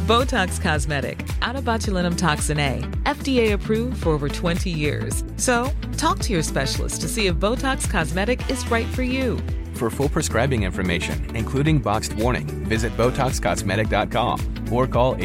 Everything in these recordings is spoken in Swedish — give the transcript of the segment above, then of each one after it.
Botox Cosmetic, out of botulinum toxin A, FDA approved for over 20 years. So, talk to your specialist to see if Botox Cosmetic is right for you. For full prescribing information, including boxed warning, visit BotoxCosmetic.com or call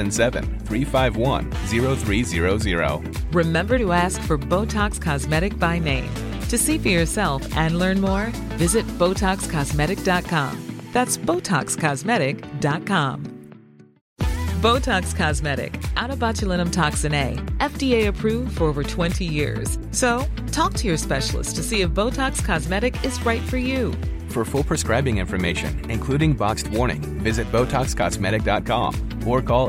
877-351-0300. Remember to ask for Botox Cosmetic by name. To see for yourself and learn more, visit BotoxCosmetic.com. That's BotoxCosmetic.com. Botox Cosmetic, out of botulinum toxin A, FDA approved for over 20 years. So, talk to your specialist to see if Botox Cosmetic is right for you. For full prescribing information, including boxed warning, visit BotoxCosmetic.com or call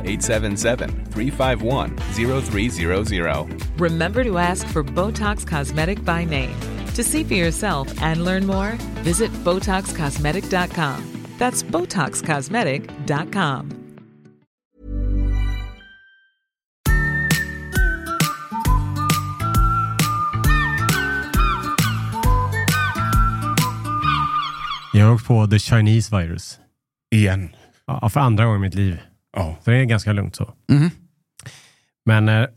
877-351-0300. Remember to ask for Botox Cosmetic by name. To see for yourself and learn more, visit BotoxCosmetic.com. That's BotoxCosmetic.com. Jag har åkt på The Chinese Virus. Igen? Ja, för andra gången i mitt liv. Ja. Så det är ganska lugnt så. Men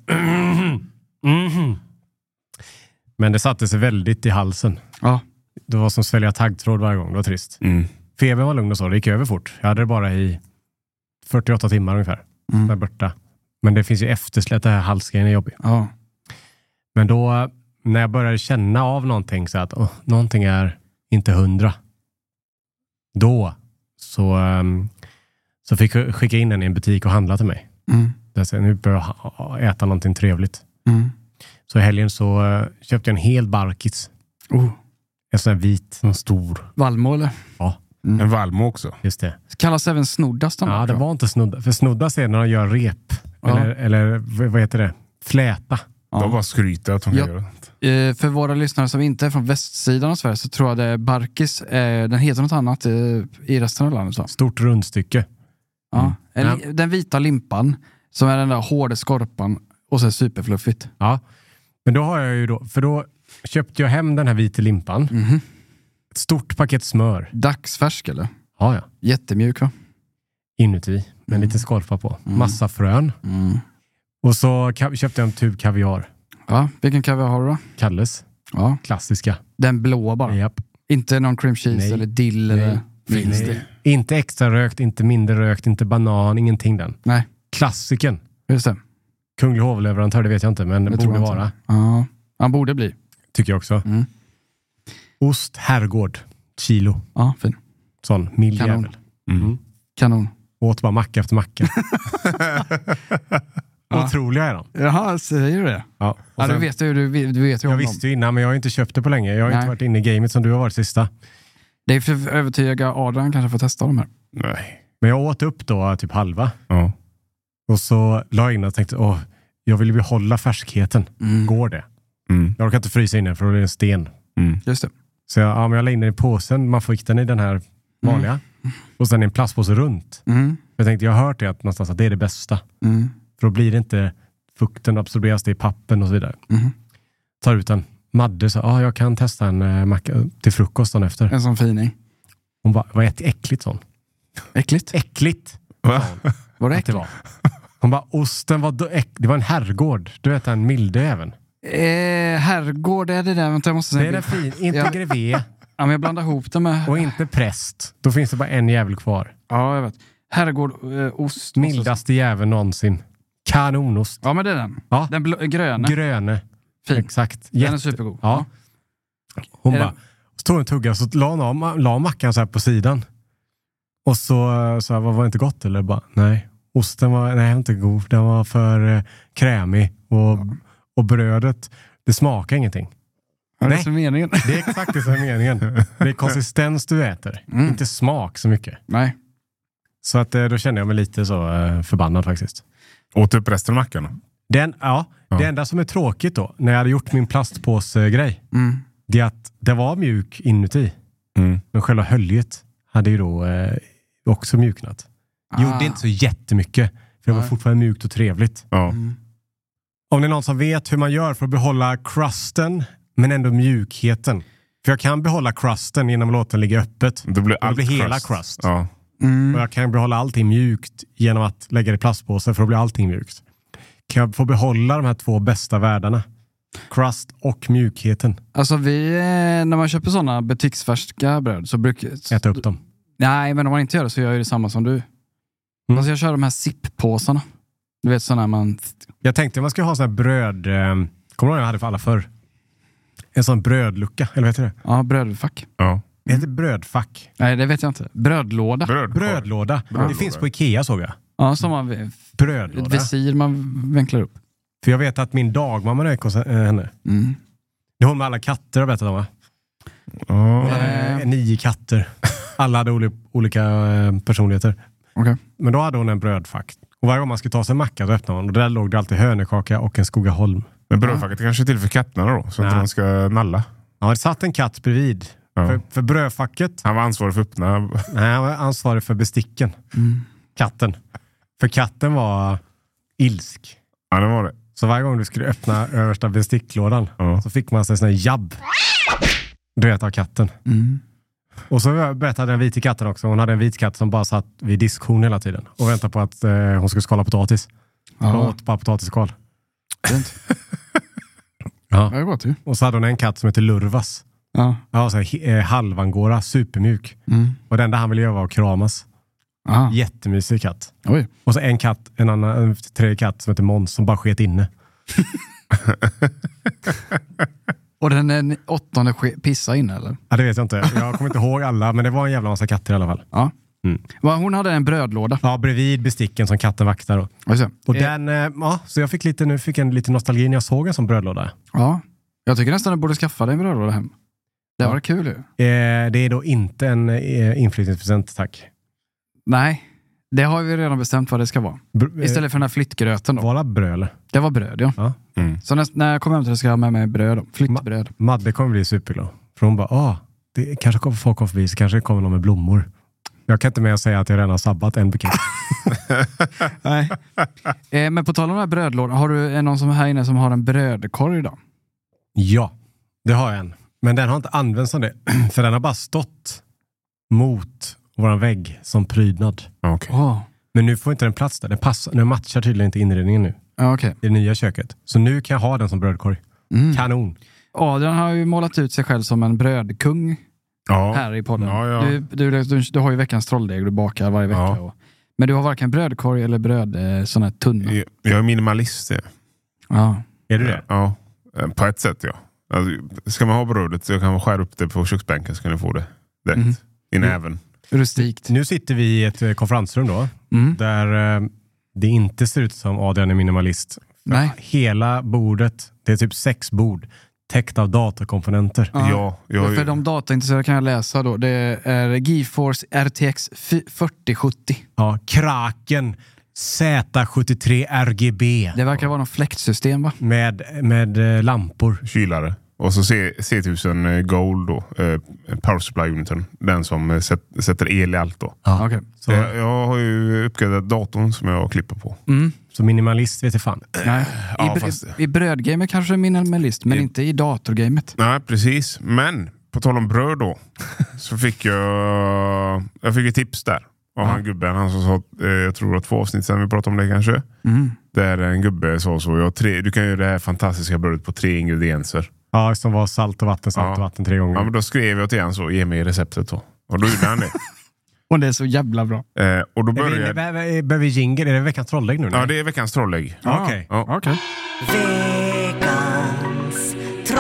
men det satte sig väldigt i halsen. Ja. Det var som svälja taggtråd varje gång. Det var trist. Feber var lugn och så. Det gick över fort. Jag hade det bara i 48 timmar ungefär. Där borta. Men det finns ju efterslätt. Det här halsgrejen är jobbig. Ja. Men då när jag började känna av någonting så att någonting är inte 100. Då så fick jag skicka in den i en butik och handla till mig. Där nu börjar jag äta någonting trevligt. Så i helgen så köpte jag en hel barkis. En sån här vit. En stor. Valmo eller? Ja. En valmo också. Just det. Kallas även snoddas. Ja, det var inte snodda. För snoddas är när de gör rep. Ja. Eller vad heter det? Fläta. Ja. De bara skryter att de kan göra det. För våra lyssnare som inte är från västsidan av Sverige så tror jag det är barkis. Den heter något annat i resten av landet. Så. Stort rundstycke. Ja. Den vita limpan som är den där hårda skorpan och så är superfluffigt. Ja. Men då har jag ju då köpte jag hem den här vita limpan. Ett stort paket smör. Dagsfärsk eller? Ja. Jättemjuk va? Inuti. Med lite skorpa på. Massa frön. Och så köpte jag en tub kaviar. Ja, vilken kaviar har du då? Kalles. Ja. Klassiska. Den blåa bara? Japp. Inte någon cream cheese eller dill eller... Finns det? Inte extra rökt, inte mindre rökt, inte banan, ingenting den. Nej. Klassiken. Just det. Kunglig hovleverantör, det vet jag inte, men det borde vara. Ja, han borde bli. Tycker jag också. Ost, herrgård, kilo. Ja, fin. Sån, mild jävel. Kanon. Åt bara macka efter macka. Otroliga är de. Jaha, säger du det? Ja, sen, du vet ju jag visste ju innan, men jag har inte köpt det på länge. Jag har inte varit inne i gamet som du har varit sista. Det är för att övertyga Adrian kanske får testa de här. Nej. Men jag åt upp då typ halva. Ja. Och så la jag in och tänkte, jag vill behålla färskheten. Går det? Jag orkar inte frysa in den för då är det en sten. Just det. Så jag la in den i påsen. Man får den i den här vanliga. Och sen en plastpåse runt. Jag tänkte, jag har hört det att någonstans att det är det bästa. För då blir det inte fukten absorberas det i pappen och så vidare. Tar ut den. Madde sa, jag kan testa en macka till frukosten efter. En sån fining. Hon bara, vad äckligt sån. Äckligt? Äckligt. Va? Var det äckligt? Det var. Hon bara, osten var det var en herrgård. Du vet en milde även. Herrgård är det där. Vänta, jag måste säga. Det är fin. Inte grevé. Ja, men jag blandar ihop det med... Och inte präst. Då finns det bara en jävel kvar. Ja, jag vet. Herrgård, ost. Mildaste jävel någonsin. Kanonost. Ja, men det är den. Ja. Den gröna. Gröne. Fin. Exakt. Den är supergod. Ja. Hon bara, så tog en tugga så la mackan så här på sidan. Och så var det inte gott eller? Bara, nej. Osten var inte god. Den var för krämig. Och brödet, det smakar ingenting. Ja, det är så meningen. Det är exakt det som är meningen. Det är konsistens du äter. Inte smak så mycket. Nej. Så att då kände jag mig lite så förbannad faktiskt. Åt upp resten av mackan? Det enda som är tråkigt då, när jag hade gjort min plastpåsgrej, det är att det var mjuk inuti. Men själva höljet hade ju då också mjuknat. Gjorde inte så jättemycket, för det var fortfarande mjukt och trevligt. Ja. Om det är någon som vet hur man gör för att behålla crusten, men ändå mjukheten. För jag kan behålla crusten genom att låta den ligga öppet. Då blir hela crust. Ja. Och jag kan behålla allting mjukt genom att lägga det i plastpåse för att bli allting mjukt. Kan jag få behålla de här 2 bästa världarna? Crust och mjukheten. Alltså när man köper sådana butiksfärska bröd så brukar... Äta upp dem. Nej, men om man inte gör det så gör jag det samma som du. Alltså jag kör de här zip-påsarna. Du vet sådana man... Jag tänkte man skulle ha sådana här bröd... Kommer du ihåg jag hade för alla förr? En sån brödlucka, eller vad heter det? Ja, brödfack. Ja. Det heter brödfack. Nej, det vet jag inte. Brödlåda. Brödlåda. Det finns på Ikea, såg jag. Ja, som man... Brödlåda. Ett visir man vinklar upp. För jag vet att min dagmamma rök hos henne. Det är hon med alla katter, har berättat om, va? Hon hade 9 katter. Alla hade olika personligheter. Okay. Men då hade hon en brödfack. Och varje gång man skulle ta sig en macka så öppnade hon. Och där låg det alltid hönökaka och en Skogaholm. Men brödfacket är kanske till för katterna då, så att de ska nalla. Ja, det satt en katt bredvid. Ja. För brödfacket... Han var ansvarig för öppna... Nej, han var ansvarig för besticken. Katten. För katten var ilsk. Ja, det var det. Så varje gång du skulle öppna översta besticklådan så fick man sig en sån här jabb. Du vet, av katten. Och så berättade den vita katten också. Hon hade en vit katt som bara satt vid diskhon hela tiden. Och väntade på att hon skulle skala potatis. Hon åt bara potatisskal. Ja. Det är gott ju. Och så hade hon en katt som heter Lurvas. Ja, så halvangora, supermjuk. Och det enda han ville göra var att kramas. Jättemysig katt. Oj. Och så en tredje katt som heter Måns som bara sket inne. Och den 8:e pissa inne, eller? Ja, det vet jag inte. Jag kommer inte ihåg alla, men det var en jävla massa katter i alla fall. Ja. Hon hade en brödlåda. Ja, bredvid besticken som katten vaktar då. Och så jag fick lite nostalgi när jag såg en sån brödlåda. Ja, jag tycker nästan du borde skaffa dig en brödlåda hem. Det var kul ju. Det är då inte en inflyttningspresent, tack. Nej, det har vi redan bestämt vad det ska vara. Istället för den här flyttgröten då. Var det bröd? Det var bröd, ja. Så när jag kommer hem till det ska jag ha med mig bröd då. Flyttbröd. Madde kommer bli superglad. För hon bara, det kanske kommer folk förbi, så kanske det kommer någon med blommor. Jag kan inte med att säga att jag redan har sabbat en bukett. Nej. Men på tal om den här brödlådan, har du någon som är här inne som har en brödkorg då? Ja, det har jag en. Men den har inte använts som det. För den har bara stått mot våran vägg som prydnad. Okay. Men nu får inte den plats där. Den matchar tydligen inte inredningen nu. Okay. I det nya köket. Så nu kan jag ha den som brödkorg. Kanon. Adrian har ju målat ut sig själv som en brödkung här i podden. Ja. Du har ju veckans trolldeg du bakar varje vecka. Men du har varken brödkorg eller bröd sån här tunna. Jag är minimalist. Ja. Är du det? Ja, på ett sätt ja. Alltså, ska man ha brödet så jag kan skära upp det på köksbänken så kan du få det direkt i näven. Rustikt. Nu sitter vi i ett konferensrum då. Där det inte ser ut som Adrian är minimalist. Nej. Hela bordet, det är typ 6 bord. Täckt av datorkomponenter. För de dataintresserade kan jag läsa då. Det är GeForce RTX 4070. Ja, Kraken Z73 RGB. Det verkar vara något fläktsystem, va? Med lampor. Kylare. Och så C1000 Gold då. Power Supply Uniten. Den som sätter el i allt då. Ja, okay. Så jag har ju uppgraderat datorn som jag klipper på. Så minimalist vet jag fan. Nej. I brödgamet kanske är minimalist, men inte i datorgamet. Nej, precis. Men på tal om bröd då. Så fick jag fick ett tips där. Och han gubben, han som sa, jag tror att 2 avsnitt sedan vi pratade om det kanske. Där en gubbe sa så, du kan göra det här fantastiska brödet på 3 ingredienser. Ja, som var salt och vatten 3 gånger. Ja, men då skrev jag till han så, ge mig receptet då. Och då gjorde han det. Och det är så jävla bra. Och då började... Behöver vi jingle? Är det veckans trolllägg nu? Ja, det är veckans trolllägg. Okej. Veckans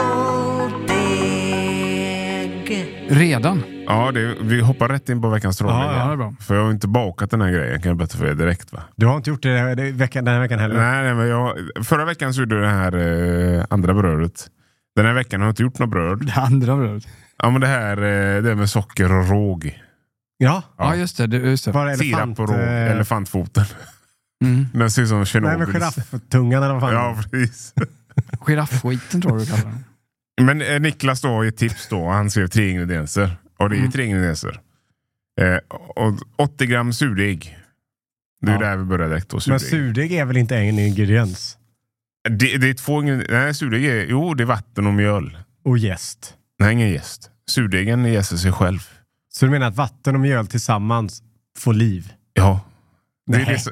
trolllägg. Redan? Ja, vi hoppar rätt in på veckans trolllägg. Ja, det är bra. För jag har inte bakat den här grejen, kan jag berätta för er direkt, va? Du har inte gjort det den här veckan heller? Nej, men förra veckan så gjorde jag det här andra brödet. Den här veckan har jag inte gjort något bröd. Det andra brödet? Ja, men det här det med socker och råg. Ja, just det. Sirap och råg, elefantfoten. Den ser ut som Tjernobyl. Nej, men girafftungan eller vad fan. Ja, precis. Giraffskiten tror du kallar den. Men Niklas då i tips då, han skrev 3 ingredienser. Och det är 3 ingredienser. Och 80 gram surdeg. Det är där vi börjar direkt då. Men surdeg är väl inte en ingrediens? Det är 2 ingredienser. Nej, surdeg är, det är vatten och mjöl. Och jäst. Nej, ingen jäst. Surdegen jäser sig själv. Så du menar att vatten och mjöl tillsammans få liv. Ja. Det är Nej. det så...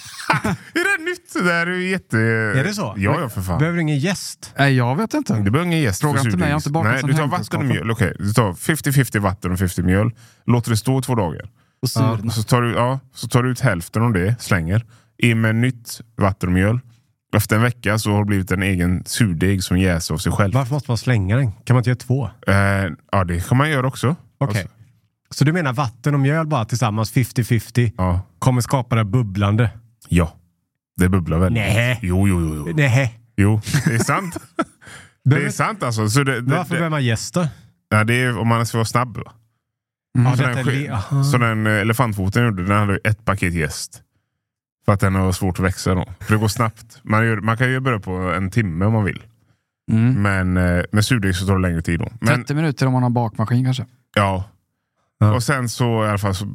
Är det nytt? Det här är ju jätte... Är det så? Ja, för fan. Behöver du ingen gäst? Nej, jag vet inte. Det behöver ingen gäst. Fråga för inte mig, jag har inte bakat Nej, sen du tar hemkunskapen. vatten och mjöl. Okej, du tar 50-50 vatten och 50 mjöl. Låter det stå 2 dagar. Och surna. Så tar du ut hälften av det, slänger. In med nytt vatten och mjöl. Efter en vecka så har det blivit en egen surdeg som jäser av sig själv. Varför måste man slänga den? Kan man inte göra 2? Ja, det kan man göra också. Okej. Alltså, Så du menar vatten och mjöl bara tillsammans 50-50 ja. kommer skapa det bubblande? Ja. Det bubblar väl. Nej. Jo. Nej. Jo, det är sant. Det är sant alltså. Så Varför behöver man gäster? Ja, det är om man ska vara snabb. Va? Ja, Så detta den, är aha. så den elefantfoten gjorde, den hade 1 paket jäst. För att den har svårt att växa då. För det går snabbt. Man kan ju börja på 1 timme om man vill. Men med surdeg så tar det längre tid då. Men, 30 minuter om man har bakmaskin kanske. ja. Och sen så i alla fall så,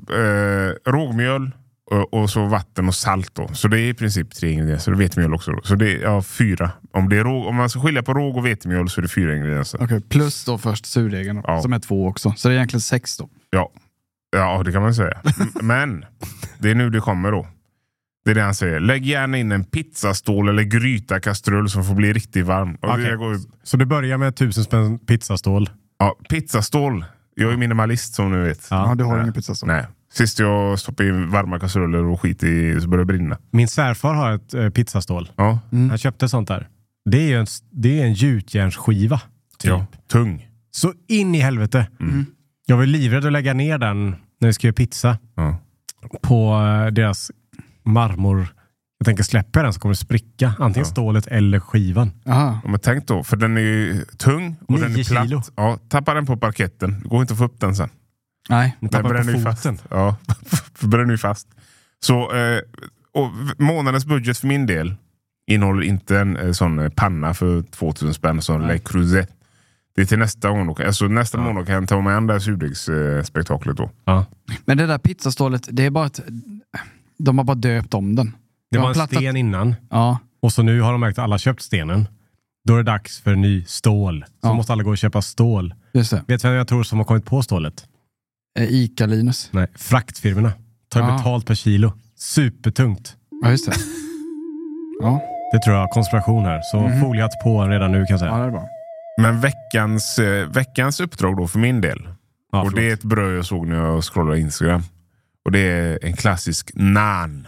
rågmjöl och så vatten och salt då. Så det är i princip 3 ingredienser. Och vetemjöl också då. Så det är 4. Om man ska skilja på råg och vetemjöl så är det 4 ingredienser. Okej, plus då först surdegen då, Ja. som är 2 också. Så det är egentligen 6 då. Ja, det kan man säga. Men det är nu det kommer då. Det är det han säger. Lägg gärna in en pizzastål eller gryta kastrull som får bli riktigt varm. Och Okej. det går, Så du börjar med 1000 spänn pizzastål? ja, pizzastål. Jag är minimalist som ni vet. Ja, du har ingen pizzastål. Nej. Sist jag stoppade in varma kastruller och skit i så började det brinna. Min svärfar har ett pizzastål. Ja. Han köpte sånt där. Det är en gjutjärnsskiva. Typ. Ja. Tung. Så in i helvete. Jag var livrädd att lägga ner den när vi ska göra pizza. Ja. På deras marmor. Jag tänker släpper den så kommer det spricka. Antingen stålet eller skivan. Aha. Ja, men tänk då, för den är ju tung och 9 den är platt. kilo. Ja, tappar den på parketten. Det går inte att få upp den sen. Nej. Den tappar bränner på ju foten. fast. Ja, bränner ju fast. Så och månadens budget för min del innehåller inte en sån panna för 2000 spänn som Le Creuset. Det är till nästa gång. Alltså nästa månad kan jag ta med andra surdegsspektaklet då. Ja. Men det där pizzastålet, det är bara ett... De har bara döpt om den. Det De var har en plattat- sten innan. Ja. Och så nu har de märkt att alla köpt stenen. Då är det dags för en ny stål. Så Ja. måste alla gå och köpa stål. Just det. Vet du vem jag tror som har kommit på stålet? Ica Linus. Nej, fraktfirmorna. Tar Ja. betalt per kilo. Supertungt. Ja, just det. Ja, Det tror jag, konspiration här. Så foliehatt på redan nu kan jag säga. ja det är bra. Men veckans uppdrag då för min del. Ja, och det är ett bröd jag såg när jag scrollade Instagram. Och det är en klassisk naan.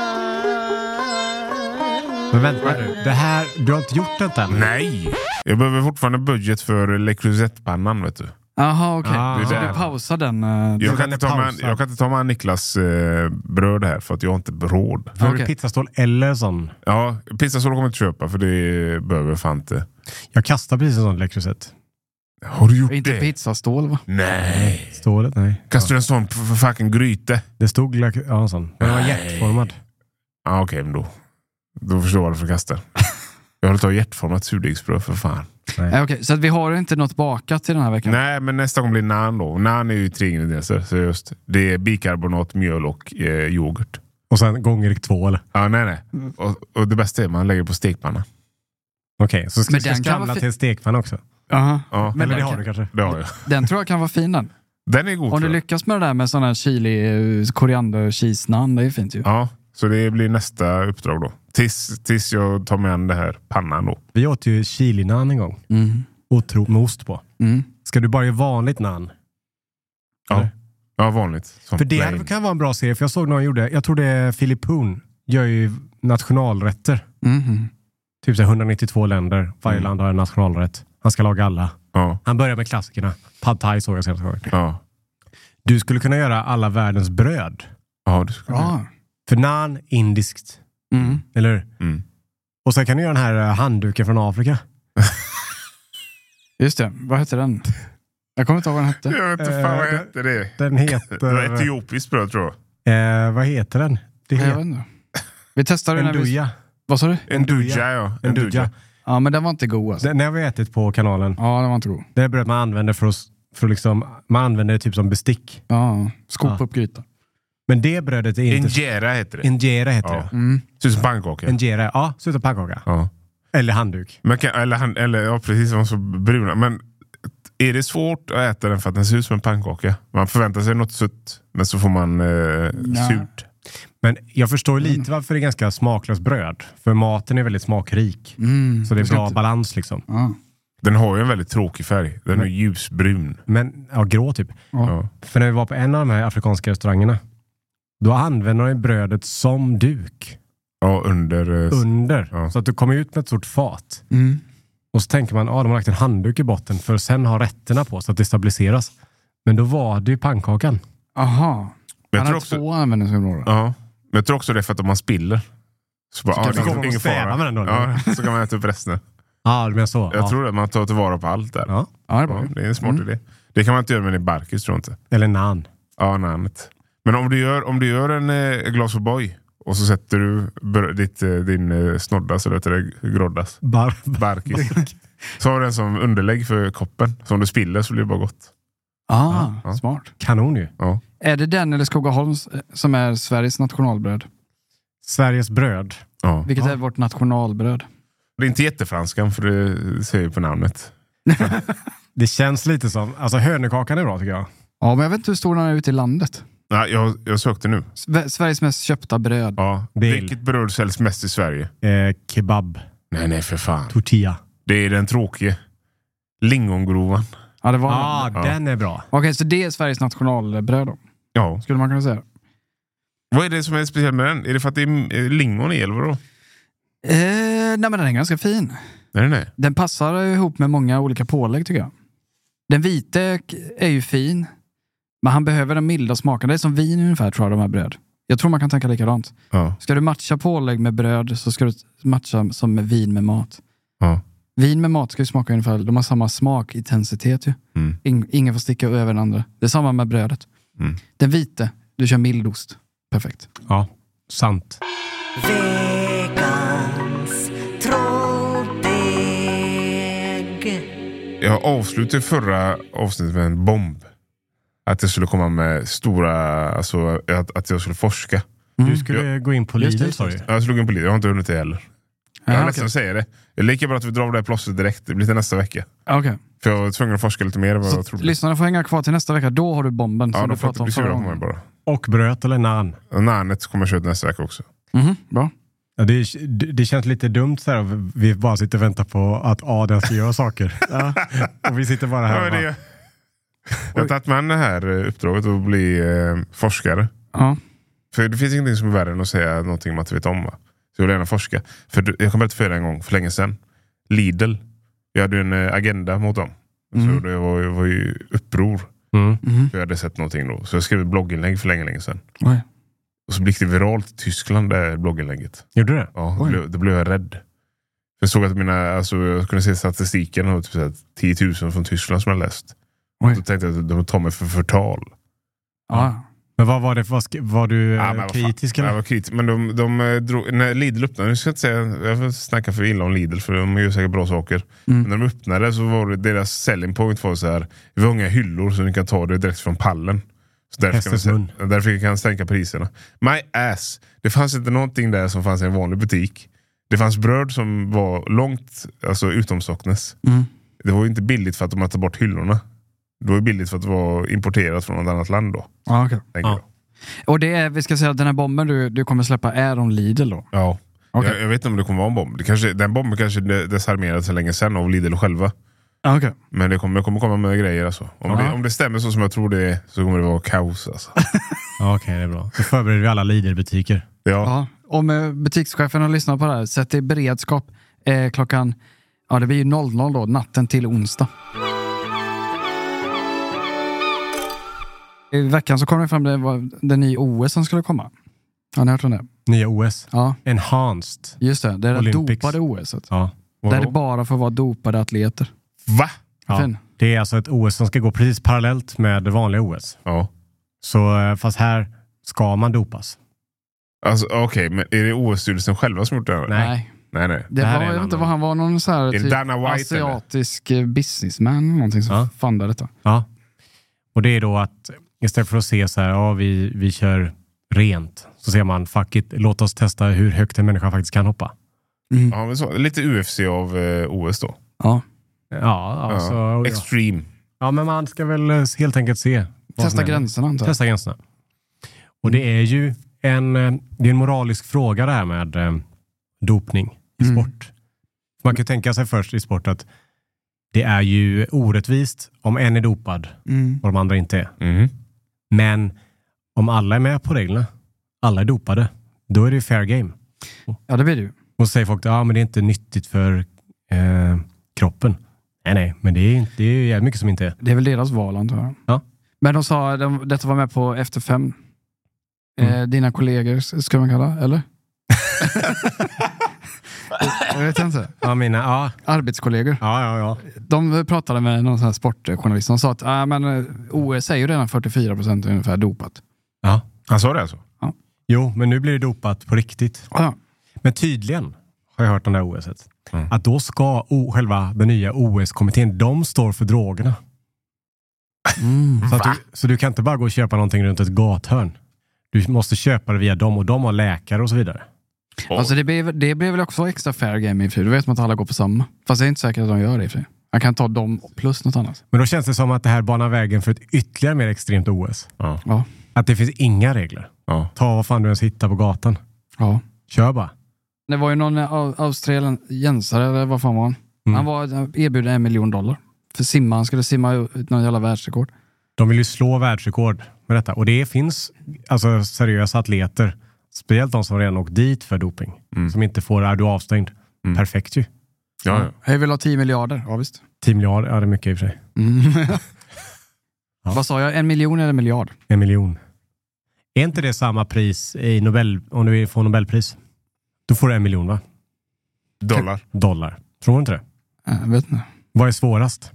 Men vänta nu. Det här, du har inte gjort det än? Nej! Jag behöver fortfarande budget för Le Creuset-pannan, vet du. Jaha, okej. Ah. Så Det är vi där. pausar den. Jag den kan, är inte ta med, pausad. jag kan inte ta med Niklas bröd här för att jag har inte råd. För Okej. pizzastål eller sån. Ja, pizzasål kommer jag inte köpa för det behöver jag fan inte. Jag kastar precis en sån läckrosett. Har du gjort Inte det? pizzastål, va? Nej. Stålet? Nej. Kastar du en sån för fucking gryte? Det stod ja, en sån. Men den var Nej. hjärtformad. Ja, okej, men då förstår jag varför jag kastar. Jag vill ta hjärtformat surdegsbröd för fan. Okej, så att vi har inte något bakat till den här veckan? Nej, men nästa gång blir naan då. Naan är ju 3 ingredienser, seriöst. Det är bikarbonat, mjöl och yoghurt. Och sen gånger 2 eller? Ja, nej. Och det bästa är man lägger på stekpanna. Okej, så ska Men vi den kan skramla vara till stekpanna också? Aha. Ja, Men eller det den har kan- du kanske? det har jag. Den tror jag kan vara fin den. Den är god. Om tror du jag. lyckas med det där med sån här chili, koriander, cheese naan, det är fint ju. Ja, så det blir nästa uppdrag då. Tills jag tar med den här pannan då. Vi åt ju chili-naan en gång. Med ost på. Ska du bara göra vanligt naan? Ja, ja vanligt. Sånt För det plain. kan vara en bra serie. För jag såg någon gjorde, jag tror det är Philip Poon, gör ju nationalrätter. Typ så här 192 länder. Varje land har en nationalrätt. Han ska laga alla. Ja, Han börjar med klassikerna. Pad thai såg jag senast gången. ja. Du skulle kunna göra alla världens bröd. Ja, det ska jag. Ja. För naan, indiskt. Eller hur? Mm. Och sen kan du göra den här handduken från Afrika. Just det, vad heter den? Jag kommer inte ihåg vad den hette. Jag vet inte fan vad heter det. Den Det var heter... etiopiskt bröd tror jag. vad heter den? Det Jag vet heter inte. Vi testade den. Nduja. Vad sa du? Nduja, ja. Nduja. Ja, men den var inte god alltså. Den har vi ätit på kanalen. Ja, den var inte god. Det är bröd man använder för liksom, man använder det typ som bestick. Ja, skopa Ja. upp gryta. Men det brödet är inte... Injera heter det. Injera heter Ja. det. Ser ut som pannkaka. Injera, ja. Ser ut som pannkaka. Ja. Eller handduk. Men eller ja, precis, som så bruna. Men Är det svårt att äta den för att den ser ut som en pannkaka? Man förväntar sig något sött, men så får man surt. Men jag förstår lite varför det är ganska smaklöst bröd. För maten är väldigt smakrik. Så det är bra balans liksom. Den har ju en väldigt tråkig färg. Den är ljusbrun. Men, grå typ. Ja. För när vi var på en av de här afrikanska restaurangerna, då använder de brödet som duk. Ja, under. Ja. Så att du kommer ut med ett stort fat. Och så tänker man, de har lagt en handduk i botten för att sen ha rätterna på så att det stabiliseras. Men då var det ju pannkakan. Aha. Men Han jag har tror också, 2 användningsområden. ja. Men jag tror också det är för att om man spiller så bara, kan man ingen städa fara. med den då, Ja, så kan man äta upp resten. Ja, du menar så. Jag tror att man tar tillvara på allt där. Ja. Ja, det är bra. Ja, det är en smart idé. Det kan man inte göra med en barkis, tror jag inte. Eller nan. Ja, namnet. Men om du gör en glas O'boy och så sätter du din snodda, så heter det groddas. Barkis. Så har du den som underlägg för koppen. Så om du spiller så blir det bara gott. Smart. Kanon ju. Ja. Är det den eller Skogaholms som är Sveriges nationalbröd? Sveriges bröd. Ja. Vilket är vårt nationalbröd? Det är inte jättefranskan, för det säger på namnet. Det känns lite som, alltså hönökakan är bra tycker jag. Ja, men jag vet inte hur stor den är ute i landet. Nej, jag sökte nu. Sveriges mest köpta bröd. Ja. Vilket bröd säljs mest i Sverige? Kebab. Nej, för fan. Tortilla. Det är den tråkiga. Lingongrovan. Ja, det var Den är bra. Okej, så det är Sveriges nationalbröd då? Ja. Skulle man kunna säga. Vad är det som är speciellt med den? Är det för att det är lingon i, eller vadå? Nej, men den är ganska fin. Nej. Den passar ihop med många olika pålägg tycker jag. Den vita är ju fin. Men han behöver den milda smaken. Det är som vin ungefär, tror jag, de här bröd. Jag tror man kan tänka likadant. Ja. Ska du matcha pålägg med bröd så ska du matcha som med vin med mat. Ja. Vin med mat ska ju smaka ungefär. De har samma smakintensitet ju. Ingen får sticka över den andra. Det är samma med brödet. Den vita, du kör mildost. Perfekt. Ja, sant. Veckans trollbägg. Jag avslutade förra avsnittet med en bomb. Att jag skulle komma med stora... Alltså att jag skulle forska. Du skulle gå in på Lidl, sa du. Jag skulle gå in på Lidl. Jag har inte hunnit det heller. Jag är okej. ledsen att säga det. Det är lika bra att vi drar det här plåstret direkt. Det blir till nästa vecka. Okej. För jag var tvungen att forska lite mer än vad jag trodde. Lyssnarna får hänga kvar till nästa vecka. Då har du bomben Ja, som då du får jag pratade inte om bli förra sura på mig gången. bara. Och bröt eller nan. Och nanet kommer jag köra nästa vecka också. Bra. Ja, det känns lite dumt så här. Vi bara sitter och väntar på att Adrian ska göra saker. Och vi sitter bara här. Ja, men jag har tagit med det här uppdraget att bli forskare. Ja. För det finns ingenting som är värre än att säga någonting man inte vet om, va? Så jag vill gärna forska. För jag kommer inte för en gång för länge sedan. Lidl. Jag hade ju en agenda mot dem. Så det var ju uppror. För jag hade sett någonting då. Så jag skrev ett blogginlägg för länge sedan. Oj. Och så blev det viralt i Tyskland, det här blogginlägget. Gjorde du det? Ja, då blev jag rädd. Jag såg att jag kunde se statistiken och typ 10 000 från Tyskland som jag läst. Och då tänkte jag att de tar mig för förtal. Ja. Men vad var det? Var du kritisk? Eller? Jag var kritisk. Men de drog, när Lidl öppnade, jag ska inte säga, jag får snacka för illa om Lidl för de gör säkert bra saker. Men när de öppnade så var det deras selling point var så här: vi har inga hyllor så ni kan ta det direkt från pallen. Så därför kan sänka priserna. My ass. Det fanns inte någonting där som fanns i en vanlig butik. Det fanns bröd som var långt, alltså utom Stocknes. Det var ju inte billigt för att de hade tagit bort hyllorna. Det var ju billigt för att det var importerat från något annat land då. Ja, okej. Jag. Och det är, vi ska säga att den här bomben du kommer släppa är om Lidl då? Ja. Okay. Jag vet inte om det kommer vara en bomb. Den bomben kanske desarmerades så länge sedan av Lidl själva. Okay. Men jag kommer komma med grejer alltså. Om det stämmer så som jag tror det är, så kommer det vara kaos alltså. Okej, det är bra. Då förbereder vi alla Lidl-butiker. Ja. Om butikschefen har lyssnat på det här, sätt i beredskap klockan, det blir ju 00 då, natten till onsdag. I veckan så kom det fram den nya OS som skulle komma. Har ni hört om det? Nya OS? Ja. Enhanced. Just det, det är det Olympics. dopade OS. Ja. Där det bara får vara dopade atleter. Va? Ja. Fin. Det är alltså ett OS som ska gå precis parallellt med det vanliga OS. Ja. Så fast här ska man dopas. Alltså okej, men är det OS-styrelsen själva som gjort det här? Nej. Nej. Det här var, är en jag vet inte annan. vad han var, någon så här typ Dana White, asiatisk businessman någonting som fann detta. Ja. Och det är då att istället för att se så här, vi kör rent, så ser man, fuck it, låt oss testa hur högt en människa faktiskt kan hoppa. Ja, men så, lite UFC av OS då. Ja. Ja, alltså... Extreme. Ja, men man ska väl helt enkelt se. Testa gränserna, antar jag. Testa gränserna. Och det är ju det är en moralisk fråga det här med dopning i sport. Man kan ju tänka sig först i sport att det är ju orättvist om en är dopad och de andra inte är. Men om alla är med på reglerna, alla är dopade, då är det ju fair game. Ja, det blir det ju. Och så säger folk att men det är inte nyttigt för kroppen. Nej, men det är ju mycket som inte är. Det är väl deras val, antar jag. Ja. Men de sa, detta var med på Efter 5. Dina kollegor, ska man kalla, eller? Jag vet inte. Ja, mina, Arbetskollegor. Ja. De pratade med någon sån här sportjournalist som sa att OS är ju redan 44% ungefär dopat. Ja. Han sa det alltså? Ja. Jo, men nu blir det dopat på riktigt. Ja. Men tydligen har jag hört om det här OS:et. Att då ska själva den nya OS-kommittén, de står för drogerna. Så du kan inte bara gå och köpa någonting runt ett gathörn. Du måste köpa det via dem och de har läkare och så vidare. Alltså det blev väl också extra fair game i och för sig. Då vet man att alla går på samma. Fast det är inte säkert att de gör det i och för sig. Man kan ta dem plus något annat. Men då känns det som att det här banar vägen för ett ytterligare mer extremt OS. Ja. Att det finns inga regler. Ja. Ta vad fan du ens hittar på gatan. Ja. Kör bara. Det var ju någon australiensare, eller vad fan var han? Han erbjuden $1 million. För simma, han skulle simma ut någon jävla världsrekord. De vill ju slå världsrekord med detta. Och det finns alltså seriösa atleter, speciellt de som redan åkt dit för doping, som inte får, är du avstängd. Perfekt ju. Ja. Jag vill ha 10 miljarder, ja visst. 10 miljarder, ja det är mycket i och för sig. Ja. Vad sa jag, 1 miljon eller 1 miljard? 1 miljon. Är inte det samma pris i Nobel, om du vill få Nobelpris? Då får du 1 miljon, va? Dollar. Tror du inte det? Jag vet inte. Vad är svårast?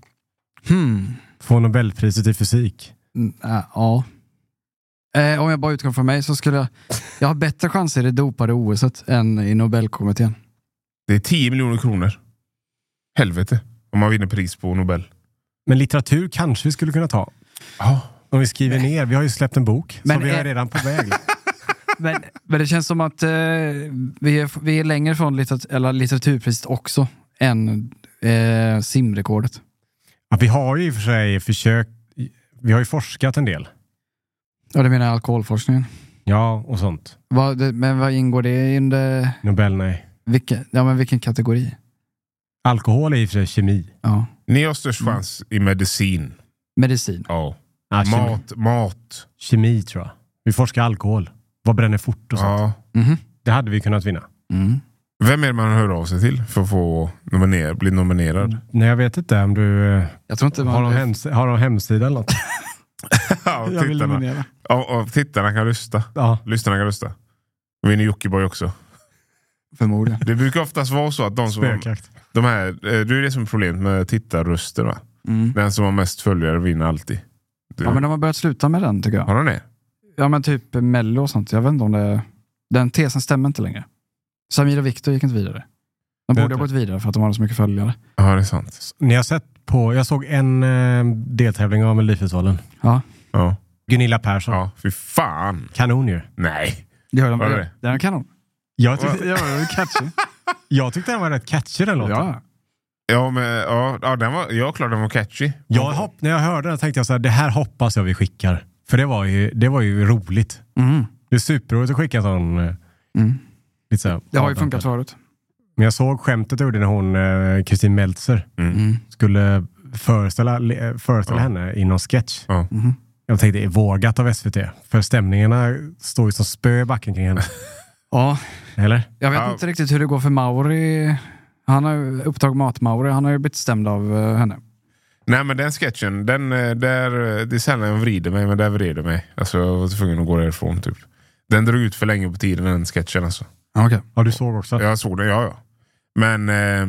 Få Nobelpriset i fysik. Ja. Om jag bara utgår från mig så skulle jag ha bättre chanser i det dopade OS:et än i Nobelkommittén. Det är 10 miljoner kronor. Helvete. Om man vinner pris på Nobel. Men litteratur kanske vi skulle kunna ta. Om vi skriver ner. Vi har ju släppt en bok. Men så vi är redan på väg. men det känns som att vi är längre från litteraturpriset också än simrekordet. Ja, vi har ju i och för sig försökt. Vi har ju forskat en del. Ja, det menar jag, alkoholforskningen. Ja, och sånt. Men vad ingår det i Nobel, nej. Vilken kategori? Alkohol är i och för sig kemi. Ja. Ni har störst chans i medicin. Medicin? Ja. Mat. Kemi tror jag. Vi forskar alkohol. Vad bränner fort och sånt. Det hade vi kunnat vinna. Vem är det man hör av sig till för att få bli nominerad? Nej, jag vet inte om du jag tror inte har de hemsida eller något. Jag vill nominera. Och tittarna kan rösta. Ja. Lyssnarna kan rösta. Och vinner Jockiboi också. Förmodligen. Det brukar oftast vara så att de här, det är det som är problemet med tittarröster, va? Den som har mest följare vinner alltid. Ja, men de har börjat sluta med den, tycker jag. Har de det? Ja, men typ Mello och sånt. Jag vet inte om den tesen stämmer inte längre. Samir och Viktor gick inte vidare. De borde ha gått vidare för att de har så mycket följare. Ja, det är sant. Ni har sett jag såg en deltävling av Melodifestivalen. Ja. Gunilla Persson. Ja, fy fan. Kanon ju. Nej. Var det? Den är kanon. Jag tyckte catchy. Jag tyckte den var rätt catchy, den låten. Ja. Ja, men den var catchy. När jag hörde den tänkte jag så här, det här hoppas jag vi skickar. För det var ju roligt. Det är superroligt att skicka sån lite så här, det har ju funkat förut. Men jag såg skämtet jag gjorde när hon Kristin Meltzer skulle föreställa henne i någon sketch. Jag tänkte, det är vågat av SVT. För stämningarna står ju som spö i backen kring henne. Ja. Eller? Jag vet inte riktigt hur det går för Mauri. Han har upptag Mat-Mauri. Han har ju blivit stämd av henne. Nej, men den sketchen, det är sällan jag vrider mig, men där vrider mig. Alltså, jag var tvungen att gå därifrån, typ. Den drog ut för länge på tiden, den sketchen, alltså. Okay. Ja, du såg också? Jag såg den, ja. Men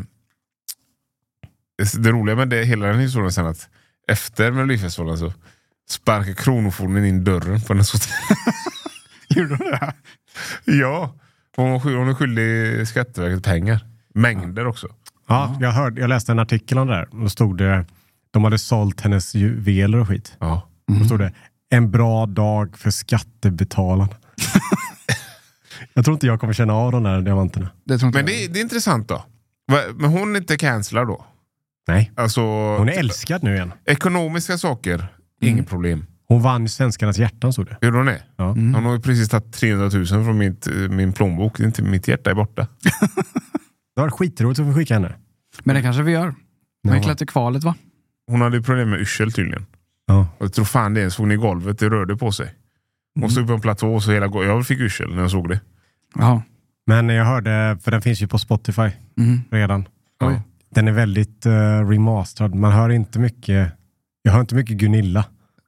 det roliga med hela den historien sen att efter Melodifestivalen så sparkar kronofogden in dörren på den sorten. Gjorde du det? Ja. Hon är skyldig Skatteverket pengar. Mängder också. Ja, jag läste en artikel om det där. Då stod det, de hade sålt hennes juveler och skit. Ja. Då stod det, en bra dag för skattebetalarna. Jag tror inte jag kommer känna av de där diamanterna. Men det är intressant då. Men hon är inte cancelad då? Nej. Alltså, Hon är älskad nu igen. Ekonomiska saker, inget problem. Hon vann svenskarnas hjärtan, såg du. Hur hon är? Ja. Hon har ju precis tagit 300 000 från min plånbok. Inte mitt hjärta är borta. Det var skitroligt att få skicka henne. Men det kanske vi gör. Vi gick till kvalet, va? Hon hade ju problem med yrsel tydligen. Ja. Och jag tror fan det, såg ni golvet, det rörde på sig. Hon stod på en platå och så jag fick yrsel när jag såg det. Ja. Men jag hörde, för den finns ju på Spotify redan. Ja. Den är väldigt remasterad. Man hör inte mycket. Jag hör inte mycket Gunilla.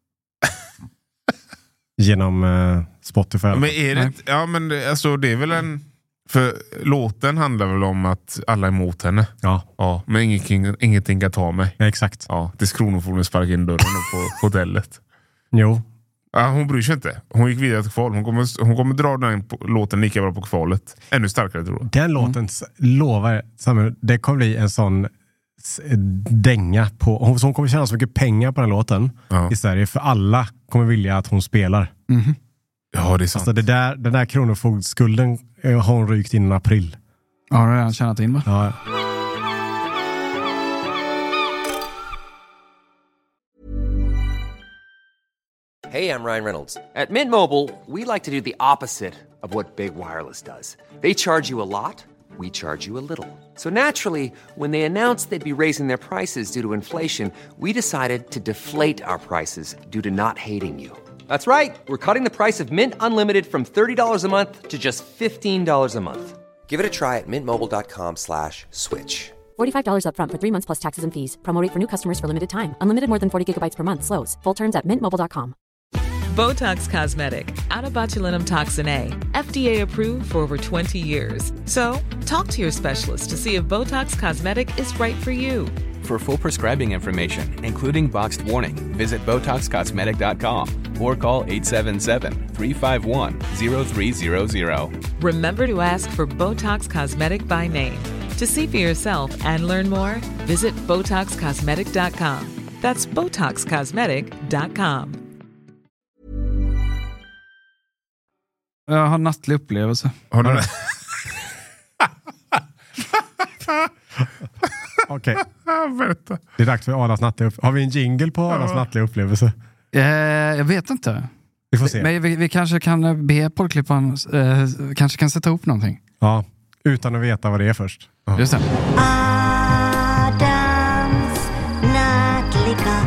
Genom Spotify. Men är det, ja men alltså det är väl en, för låten handlar väl om att alla är emot henne. Ja, men ingenting kan ta mig. Ja, exakt. Ja, tills kronofogden sparkar in dörren på hotellet. Jo. Ja, hon bryr sig inte. Hon gick vidare till kval. Hon kommer dra den låten lika bra på kvalet. Ännu starkare, tror jag. Den låten lovar Samuel, det kommer bli en sån dänga på. Hon kommer tjäna så mycket pengar på den låten i Sverige, för alla kommer vilja att hon spelar. Ja, det är sant. Alltså den där kronofogdskulden har hon rykt innan april. Ja, har redan tjänat in, va? Ja. Hey, I'm Ryan Reynolds. At Mint Mobile, we like to do the opposite of what Big Wireless does. They charge you a lot, we charge you a little. So naturally, when they announced they'd be raising their prices due to inflation, we decided to deflate our prices due to not hating you. That's right. We're cutting the price of Mint Unlimited from $30 a month to just $15 a month. Give it a try at mintmobile.com/switch. $45 up front for 3 months plus taxes and fees. Promo rate for new customers for limited time. Unlimited more than 40 gigabytes per month slows. Full terms at mintmobile.com. Botox Cosmetic, out of botulinum toxin A, FDA approved for over 20 years. So, talk to your specialist to see if Botox Cosmetic is right for you. For full prescribing information, including boxed warning, visit BotoxCosmetic.com or call 877-351-0300. Remember to ask for Botox Cosmetic by name. To see for yourself and learn more, visit BotoxCosmetic.com. That's BotoxCosmetic.com. Jag har nattlig upplevelse. Har du det? Okej. Berätta. Det är dags för Adas nattliga upplevelse. Har vi en jingle på Adas nattliga upplevelse? Jag vet inte. Vi får se. Men vi kanske kan be poddklippan kanske kan sätta ihop någonting. Ja, utan att veta vad det är först. Ja. Just det. Adams nattliga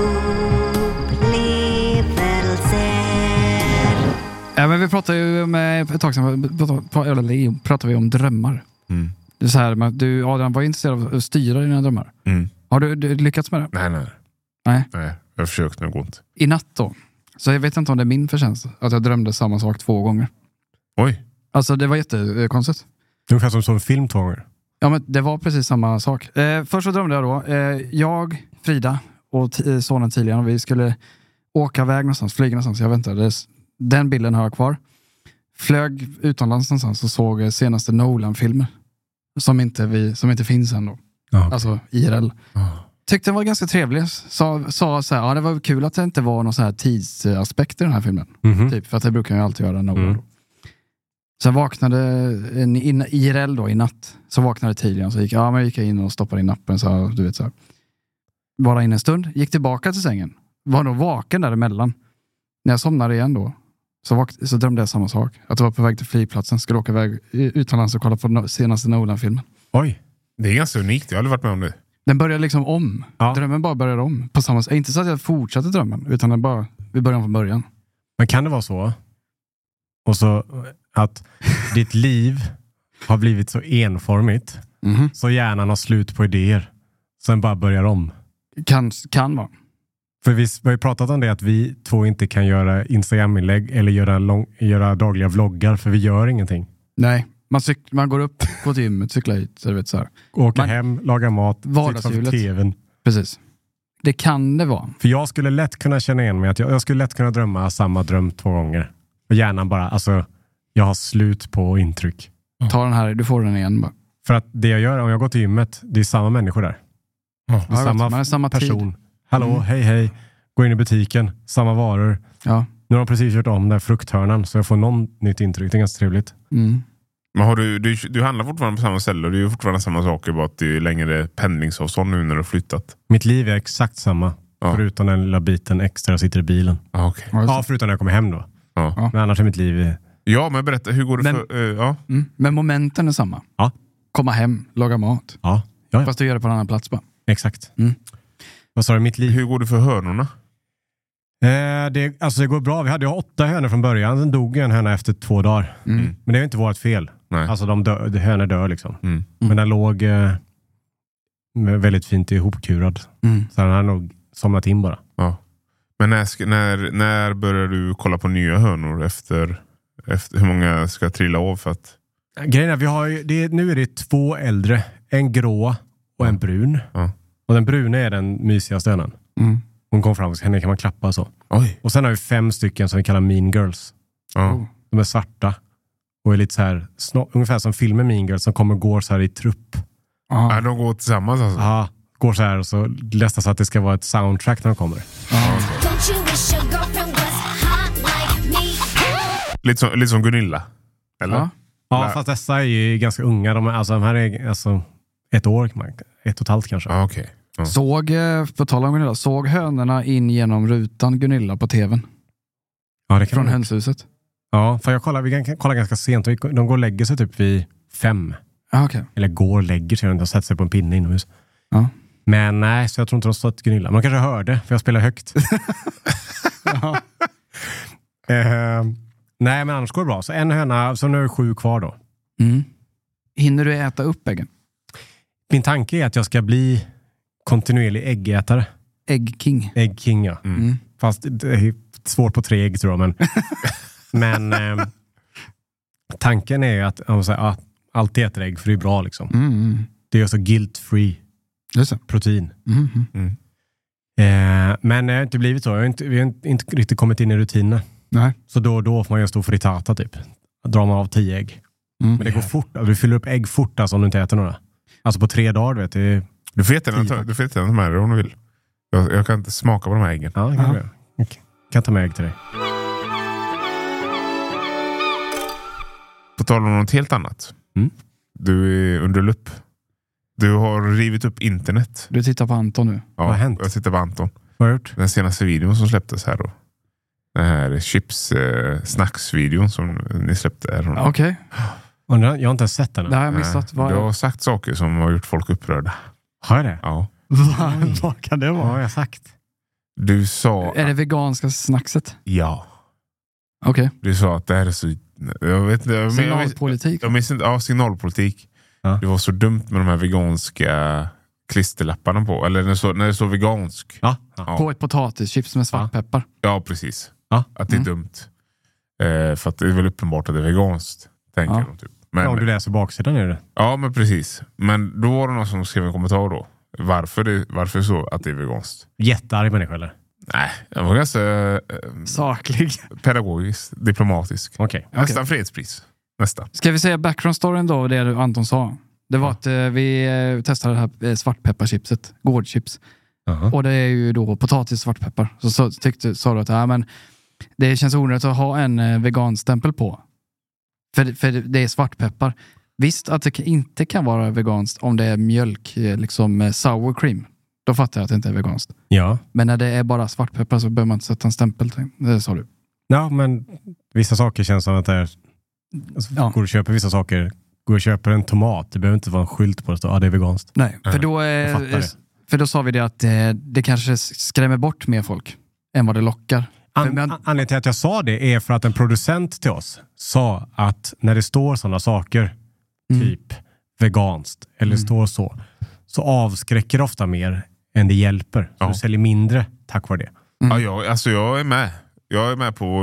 upplevelser. Ja, men vi pratade ju med ett tag sedan pratade vi om drömmar. Det är så här, du Adrian var intresserad av att styra dina drömmar. Har du lyckats med det? Nej. Jag har försökt, men det går inte. I natt då. Så jag vet inte om det är min förtjänst att jag drömde samma sak 2 gånger. Oj. Alltså det var jättekonstigt. Ungefär som en film 2 gånger. Ja, men det var precis samma sak. Först så drömde jag då. Jag, Frida och sonen Tilian, vi skulle åka iväg någonstans, flyga någonstans. Jag vet inte, den bilden har jag kvar. Flög utomlands någonstans och såg senaste Nolan-filmer. Som inte finns än då. Ja. Alltså IRL. Tyckte den var ganska trevlig. Sa så här, ja, det var kul att det inte var någon så här tidsaspekt i den här filmen. Typ, för att det brukar jag alltid göra Nolan. Sen vaknade IRL då i natt. Så vaknade Tilian, så gick jag in och stoppade in nappen, så du vet så här. Bara in en stund, gick tillbaka till sängen. Var då vaken däremellan. När jag somnade igen då, så drömde jag samma sak. Att jag var på väg till flygplatsen, skulle åka iväg utomlands och kolla på senaste Nolan-filmen. Oj, det är ganska unikt. Jag har aldrig varit med om det. Den börjar liksom om. Ja. Drömmen bara börjar om. På samma sätt. Inte så att jag fortsatte drömmen, utan vi börjar från början. Men kan det vara så? Och så att ditt liv har blivit så enformigt, så hjärnan har slut på idéer. Sen bara börjar om. Kan vara. För vi har ju pratat om det, att vi 2 inte kan göra Instagram-inlägg eller göra dagliga vloggar, för vi gör ingenting. Nej, man går upp på gymmet, cyklar hit, så vet så här. Åker hem, lagar mat, vardagshjulet. TV:n. Precis. Det kan det vara. För jag skulle lätt kunna känna igen mig att jag skulle lätt kunna drömma samma dröm 2 gånger. Och hjärnan bara, alltså jag har slut på intryck. Ta den här, du får den igen bara. För att det jag gör, om jag går till gymmet, det är samma människor där. Det är samma person. Tid. Hallå, hej. Går in i butiken, samma varor. Ja. Nu har de precis gjort om den här frukthörnan, så jag får någon nytt intryck. Det är ganska trevligt. Men har du handlar fortfarande på samma ställe och det är ju fortfarande samma saker, bara att det är längre pendlingsavstånd nu när du har flyttat. Mitt liv är exakt samma. Ja. Förutom den lilla biten extra jag sitter i bilen. Okay. Ja, förutom när jag kommer hem då. Ja. Men annars är mitt liv... Ja, men berätta, hur går det för... Men momenten är samma. Ja. Komma hem, laga mat. Ja. Fast du gör det på en annan plats bara. Exakt. Vad sa du, mitt liv? Hur går det för hönorna? Det går bra. Vi hade 8 hönor från början. Sen dog en höna efter 2 dagar. Men det är inte vårt fel. Nej. Alltså hönor dör liksom. Men den låg väldigt fint ihopkurad. Så den har nog somnat in bara. Ja. Men när börjar du kolla på nya hönor efter hur många ska trilla av för att... Grejen är, vi har ju, nu är det 2 äldre. En grå och en brun. Ja. Och den bruna är den mysigaste hönan. Hon kom fram och henne kan man klappa och så. Oj. Och sen har vi 5 stycken som vi kallar Mean Girls. Ja. De är svarta. Och är lite så här, ungefär som filmen Mean Girls som kommer och går så här i trupp. Ja, de går tillsammans alltså? Ja, går så här och så lästas att det ska vara ett soundtrack när de kommer. Lite som Gunilla, eller? Ja, fast dessa är ju ganska unga. De här är alltså 1 år, 1,5 kanske. Ja, okej. Ja. På tal om Gunilla, såg hönorna in genom rutan Gunilla på tvn? Ja, det kan från hönshuset. Ja, för vi kan kolla ganska sent. De går och lägger sig typ vid 5. Okay. Eller går och lägger sig. De sätter sig på en pinne inomhus. Ja. Men nej, så jag tror inte de stått Gunilla. Man kanske hörde, för jag spelar högt. Nej, men annars går det bra. Så en höna, så nu är det 7 kvar då. Hinner du äta upp äggen? Min tanke är att jag ska bli kontinuerlig äggätare. Äggking. Äggking, ja. Fast det är svårt på 3 ägg, tror jag. Men tanken är att alltid äter ägg, för det är bra liksom. Det är så guilt-free protein. Men det har inte blivit så. Vi har inte riktigt kommit in i rutinen. Nej. Så då får man göra stor frittata typ. Drar man av 10 ägg. Men det går fort. Du fyller upp ägg fort alltså, om du inte äter några. Alltså på 3 dagar, du vet. Du får jättegärna ta med dig om du vill. Jag kan inte smaka på de här äggen. Ja, jag kan ta med ägg till dig. På tal om något helt annat. Du är under lupp. Du har rivit upp internet. Du tittar på Anton nu. Vad har hänt? Jag tittar på Anton. Vad har du gjort? Den senaste videon som släpptes här då. Den här chips-snacks-videon som ni släppte här. Okej. Jag har inte ens sett den. Det har jag missat. Du har sagt saker som har gjort folk upprörda. Har jag det? Ja. Vad kan det vara? Vad har jag sagt? Du sa... Är det veganska snackset? Ja. Okej. Du sa att det här är så... Jag vet inte... Signalpolitik. Jag minns inte... Ja, signalpolitik. Ja. Det var så dumt med de här veganska klisterlapparna på. Eller när det står vegansk. Ja. På ett potatischips med svartpeppar. Ja, precis. Ja. Att det är dumt. För att det är väl uppenbart att det är veganskt. Tänker de typ. Men, om du läser baksidan är det. Ja, men precis. Men då var det någon som skrev en kommentar då. Varför så att det är veganskt? Jättearg människa eller? Nej, jag var ganska saklig. Pedagogisk, diplomatisk. Okej. Nästan fredspris. Nästan. Ska vi säga background-storyn då, det Anton sa? Det var att vi testade det här svartpepparchipset, gårdchips. Och det är ju då potatis svartpeppar. Så sa du att men det känns onödigt att ha en veganstämpel på. För det är svartpeppar. Visst att det inte kan vara veganskt om det är mjölk, liksom sour cream. Då fattar jag att det inte är veganskt. Ja. Men när det är bara svartpeppar så behöver man inte sätta en stämpel. Det sa du. Ja, men vissa saker känns som att det är... Alltså, går och köper vissa saker. Går och köper en tomat. Det behöver inte vara en skylt på det. Det är veganskt. Nej, för då sa vi det att det kanske skrämmer bort mer folk än vad det lockar. Anledningen till att jag sa det är för att en producent till oss sa att när det står sådana saker, typ veganskt, eller står så avskräcker det ofta mer än det hjälper. Så du säljer mindre tack vare det. Ja, jag är med. Jag är med på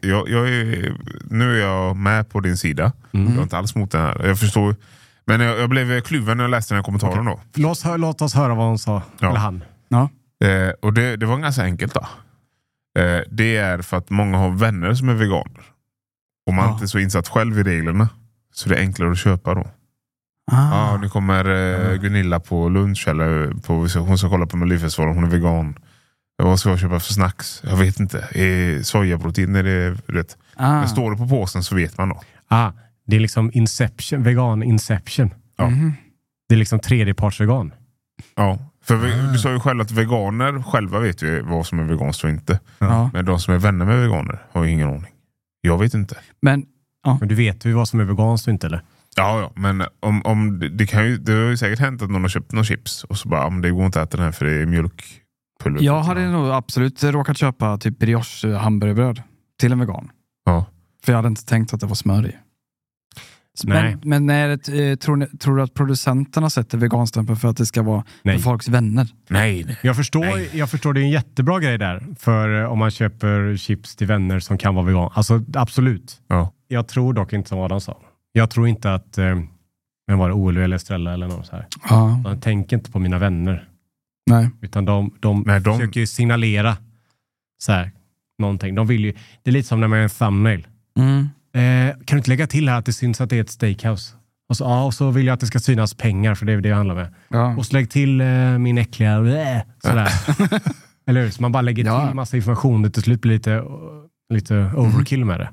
nu är jag med på din sida. Jag är inte alls mot det här. Jag förstår. Men jag blev kluven när jag läste den här kommentaren då. Låt oss höra vad hon sa. Ja. Eller han. Ja. Och det var ganska enkelt då. Det är för att många har vänner som är veganer. Och man är inte så insatt själv i reglerna. Så det är enklare att köpa då. Ja, nu kommer Gunilla på lunch eller hon ska kolla på Melodifestivalen, hon är vegan. Vad ska jag köpa för snacks? Jag vet inte. Sojaprotein är det rätt. Men står det på påsen så vet man då. Det är liksom Inception, vegan Inception. Ja. Det är liksom tredjepartsvegan. Ja, för du sa ju själv att veganer själva vet ju vad som är veganskt och inte. Ja. Men de som är vänner med veganer har ju ingen aning. Jag vet inte. Men Men du vet ju vad som är veganskt och inte, eller? Ja, men om det kan ju, det har ju säkert hänt att någon har köpt någon chips och så bara, men det går inte att äta den här för det är mjölkpulver. jag hade nog absolut råkat köpa typ brioche hamburgerbröd till en vegan. Ja. För jag hade inte tänkt att det var smör i. Nej. Men tror du att producenterna sätter veganstämpeln för att det ska vara för folks vänner? Nej. Jag förstår, det är en jättebra grej där. För om man köper chips till vänner som kan vara vegan. Alltså absolut. Ja. Jag tror dock inte som Adam sa. Jag tror inte att men var det Olof eller Estrella eller något så här. Ja. Man tänker inte på mina vänner. Nej. Utan de försöker ju signalera så här, någonting. De vill ju, det är lite som när man är en thumbnail. Kan du inte lägga till här att det syns att det är ett steakhouse? Och så vill jag att det ska synas pengar, för det är det jag handlar med. Ja. Och så lägg till min äckliga sådär. Eller hur? Så man bara lägger till massa information. Det till slut blir lite overkill med det.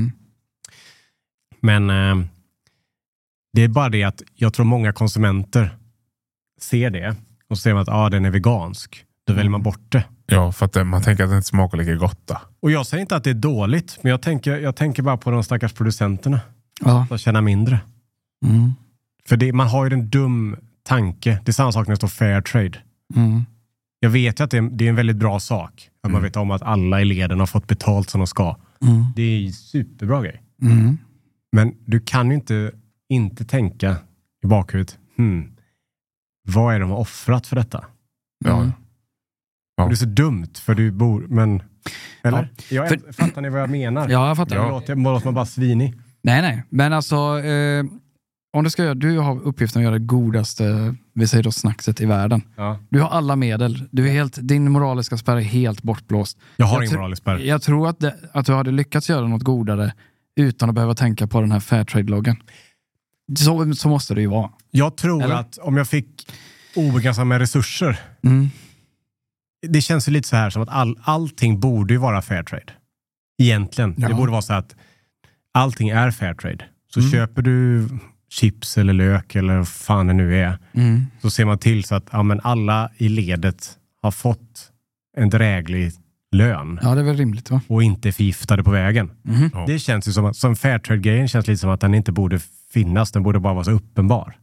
Men det är bara det att jag tror många konsumenter ser det. Och så ser man att den är vegansk. Då väljer man bort det. Ja, för att man tänker att det inte smakar lika gott då. Och jag säger inte att det är dåligt. Men jag tänker bara på de stackars producenterna. Ja. Som tjänar mindre. För man har ju en dum tanke. Det är samma sak när det står fair trade. Jag vet ju att det är en väldigt bra sak. Att man vet om att alla i leden har fått betalt som de ska. Det är en superbra grej. Men du kan ju inte tänka i bakhuvudet. Vad är de har offrat för detta? Ja. Och det är så dumt för du bor, men eller? Ja. Fattar ni vad jag menar? Ja, jag fattar. Låter man bara svinig. Nej. Men alltså om du har uppgiften att göra det godaste, vi säger då snackset i världen. Ja. Du har alla medel. Din moraliska spärr är helt bortblåst. Jag har ingen moralisk spärr. Jag tror att du hade lyckats göra något godare utan att behöva tänka på den här Fairtrade-loggen. Så måste det ju vara. Jag tror att om jag fick obegränsat med resurser, det känns ju lite så här som att allting borde ju vara Fairtrade. Egentligen. Ja. Det borde vara så att allting är Fairtrade. Så köper du chips eller lök eller vad fan det nu är, så ser man till så att alla i ledet har fått en dräglig lön. Ja, det är väl rimligt, va? Och inte förgiftade på vägen. Det känns ju som Fairtrade-grejen känns lite som att den inte borde finnas. Den borde bara vara så uppenbar.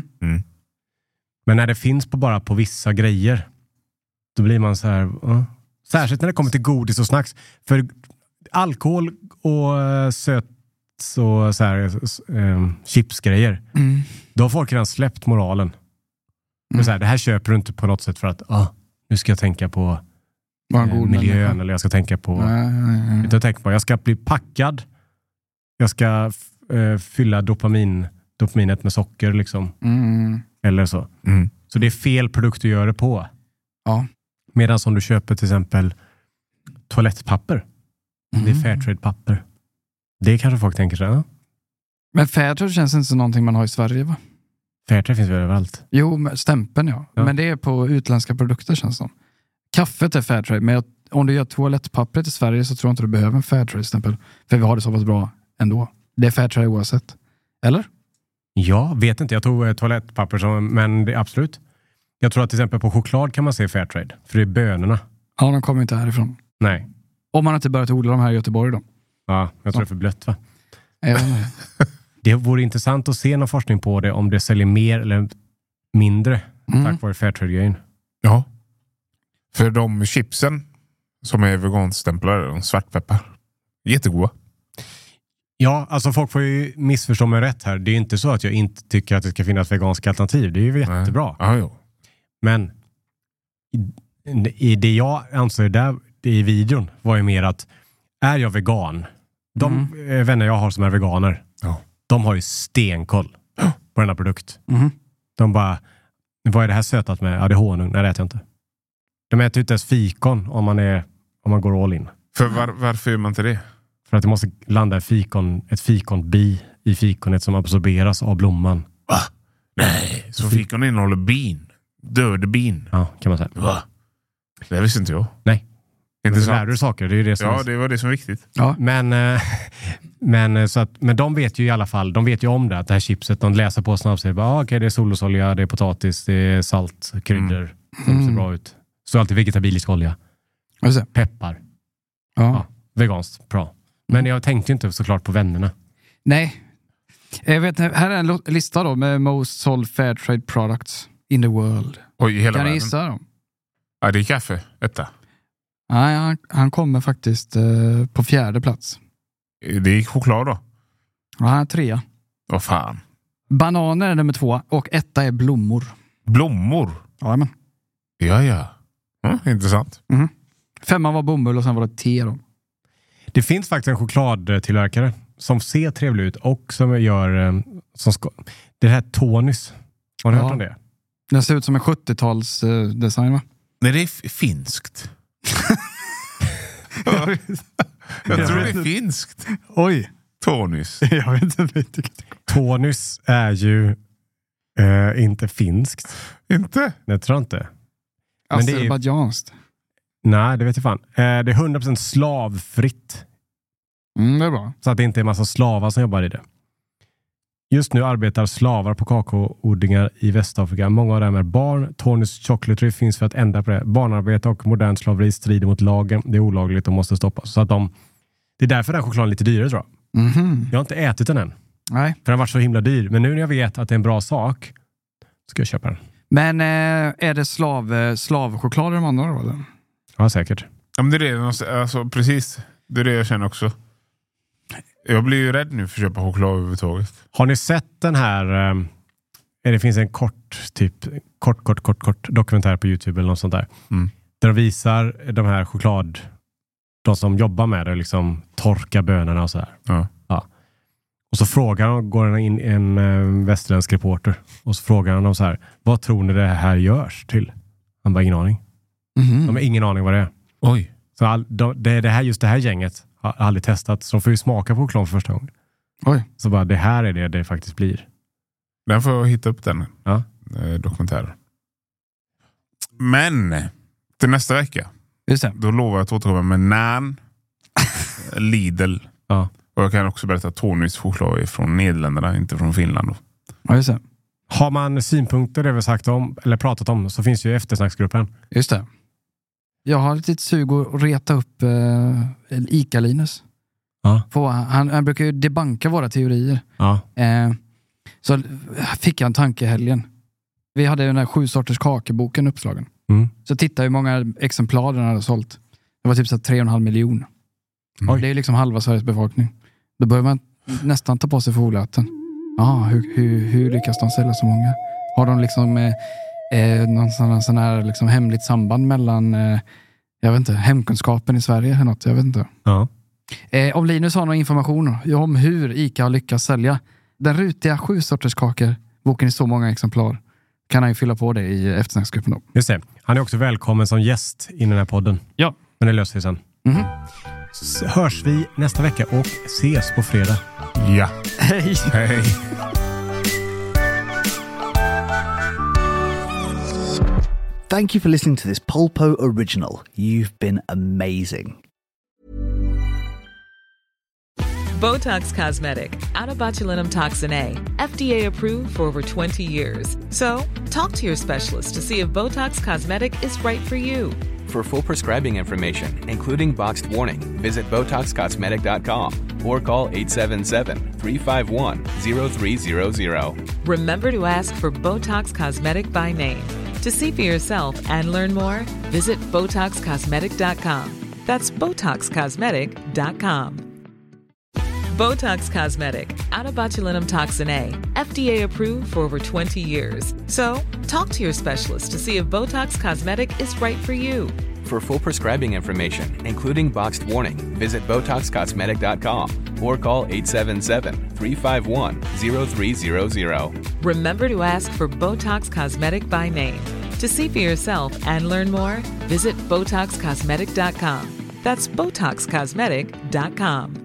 Men när det finns bara på vissa grejer, då blir man så här... Särskilt när det kommer till godis och snacks. För alkohol och söt och så här, chipsgrejer, då har folk redan släppt moralen. Så här, det här köper du inte på något sätt för att nu ska jag tänka på miljön, eller jag ska tänka på jag ska bli packad, jag ska fylla dopaminet med socker liksom. Eller så. Så det är fel produkt att göra det på. Ja. Medan som du köper till exempel toalettpapper, det är Fairtrade-papper. Det kanske folk tänker så. Men Fairtrade känns inte som någonting man har i Sverige, va? Fairtrade finns väl överallt? Jo, stämpeln ja. Men det är på utländska produkter, känns det som. Kaffet är Fairtrade, men om du gör toalettpappret i Sverige så tror jag inte du behöver en Fairtrade-stämpel. För vi har det så pass bra ändå. Det är Fairtrade oavsett. Eller? Ja, vet inte. Jag tog toalettpapper men det är absolut. Jag tror att till exempel på choklad kan man se Fairtrade. För det är bönorna. Ja, de kommer inte härifrån. Nej. Om man inte börjat odla de här i Göteborg då. Ja, jag tror det är för blött, va? Det vore intressant att se någon forskning på det, om det säljer mer eller mindre tack vare Fairtrade-grejen. Ja. För de chipsen som är veganstämplade, de svartpeppar, jättegoda. Ja, alltså folk får ju missförstå mig rätt här. Det är inte så att jag inte tycker att det ska finnas veganska alternativ. Det är ju jättebra. Ja. Men i det jag anser där i videon var ju mer att är jag vegan, de vänner jag har som är veganer, de har ju stenkoll på den här produkt. De bara, vad är det här sötat med? Ja, det är honung. Nej, det äter jag inte. De äter inte ens fikon om man går all in. För varför gör man inte det? För att det måste landa ett fikonbi i fikonet som absorberas av blomman. Va? Nej, så fikon innehåller bin. Död bin. Ja, kan man säga. Va? Det visste inte jag. Nej. Inte så lär du saker, det är ju det som det var det som är viktigt. Ja. Men Men de vet ju i alla fall, de vet ju om det, att det här chipset, de läser på snabbt och säger okej, det är solrosolja, det är potatis, det är salt, kryddor som ser bra ut. Så alltid vegetabilisk olja. Peppar. Ja, veganskt, bra. Men jag tänkte ju inte såklart på vännerna. Nej. Jag vet, här är en lista då med most sold fair trade products in the world. Oj, hela kan världen. Ni gissa dem? Ja, det är kaffe. Etta. Nej, han kommer faktiskt på 4:e plats. Det är choklad då? Ja, 3. Vad fan. Bananer är nummer 2 och 1 är blommor. Blommor? Ja, men. Ja. Intressant. 5 var bomull och sen var det te då. Det finns faktiskt en chokladtillverkare som ser trevlig ut och som gör det här Tonys. Har ni hört om det? Det ser ut som en 70-tals design, va? Nej, det är finskt. Jag tror det är finskt. Oj. Tonys. Jag vet inte. Tonys är ju inte finskt. Inte? Jag tror inte. Men det är badjanskt. Nej, det vet jag fan. Det är 100% slavfritt. Det är bra. Så att det inte är en massa slavar som jobbar i det. Just nu arbetar slavar på kakaoodlingar i Västafrika. Många av dem är barn. Tonys Chocolate finns för att ändra på det. Barnarbete och modern slaveri strider mot lagen. Det är olagligt och måste stoppas. Så att det är därför den chokladen är lite dyrare, tror jag. Jag har inte ätit den än. Nej. För den har varit så himla dyr. Men nu när jag vet att det är en bra sak ska jag köpa den. Men är det slavchoklad i de andra då, eller? Ja, säkert. Ja, men det är det, alltså, precis. Det är det jag känner också. Jag blir ju rädd nu för att köpa choklad överhuvudtaget. Har ni sett den här... det finns en kort dokumentär på YouTube eller något sånt där. Där de visar de här choklad... De som jobbar med det, liksom torka bönorna och sådär. Ja. Och så går han in en västerländsk reporter. Och så frågar han dem så här: vad tror ni det här görs till? Han bara, ingen aning. De har ingen aning vad det är. Oj. Så just det här gänget har aldrig testat. Så de får ju smaka på choklad för första gången. Oj. Så bara, det här är det faktiskt blir. Den får jag hitta upp den dokumentären. Men till nästa vecka. Just det. Då lovar jag att återkomma med Nan, Lidl. Ja. Och jag kan också berätta att Tonys choklad är från Nederländerna, inte från Finland då. Ja, just det. Har man synpunkter det vi sagt om eller pratat om, så finns ju eftersnacksgruppen. Just det. Jag har lite sug att reta upp Ica-Linus. Ja. Han brukar ju debanka våra teorier. Ja. Så fick jag en tanke i helgen. Vi hade den här 7 sorters kakeboken uppslagen. Så titta hur många exemplar den hade sålt. Det var typ så 3,5 miljoner. Det är liksom halva Sveriges befolkning. Då börjar man nästan ta på sig förolöten. Hur lyckas de sälja så många? Har de liksom någon sån här liksom hemligt samband mellan jag vet inte, hemkunskapen i Sverige eller något, jag vet inte. Ja. Om Linus har någon information om hur Ica har lyckats sälja den rutiga 7 sorters kakor, boken i så många exemplar, kan han ju fylla på det i eftersnacksgruppen då. Just det. Han är också välkommen som gäst i den här podden. Ja. Men det löser sig sen. Hörs vi nästa vecka och ses på fredag. Ja. Hej. Hej. Thank you for listening to this Polpo original. You've been amazing. Botox Cosmetic, out of botulinum toxin A, FDA approved for over 20 years. So, talk to your specialist to see if Botox Cosmetic is right for you. For full prescribing information, including boxed warning, visit BotoxCosmetic.com or call 877-351-0300. Remember to ask for Botox Cosmetic by name. To see for yourself and learn more, visit BotoxCosmetic.com. That's BotoxCosmetic.com. Botox Cosmetic, out of botulinum toxin A, FDA approved for over 20 years. So, talk to your specialist to see if Botox Cosmetic is right for you. For full prescribing information, including boxed warning, visit BotoxCosmetic.com or call 877-351-0300. Remember to ask for Botox Cosmetic by name. To see for yourself and learn more, visit BotoxCosmetic.com. That's BotoxCosmetic.com.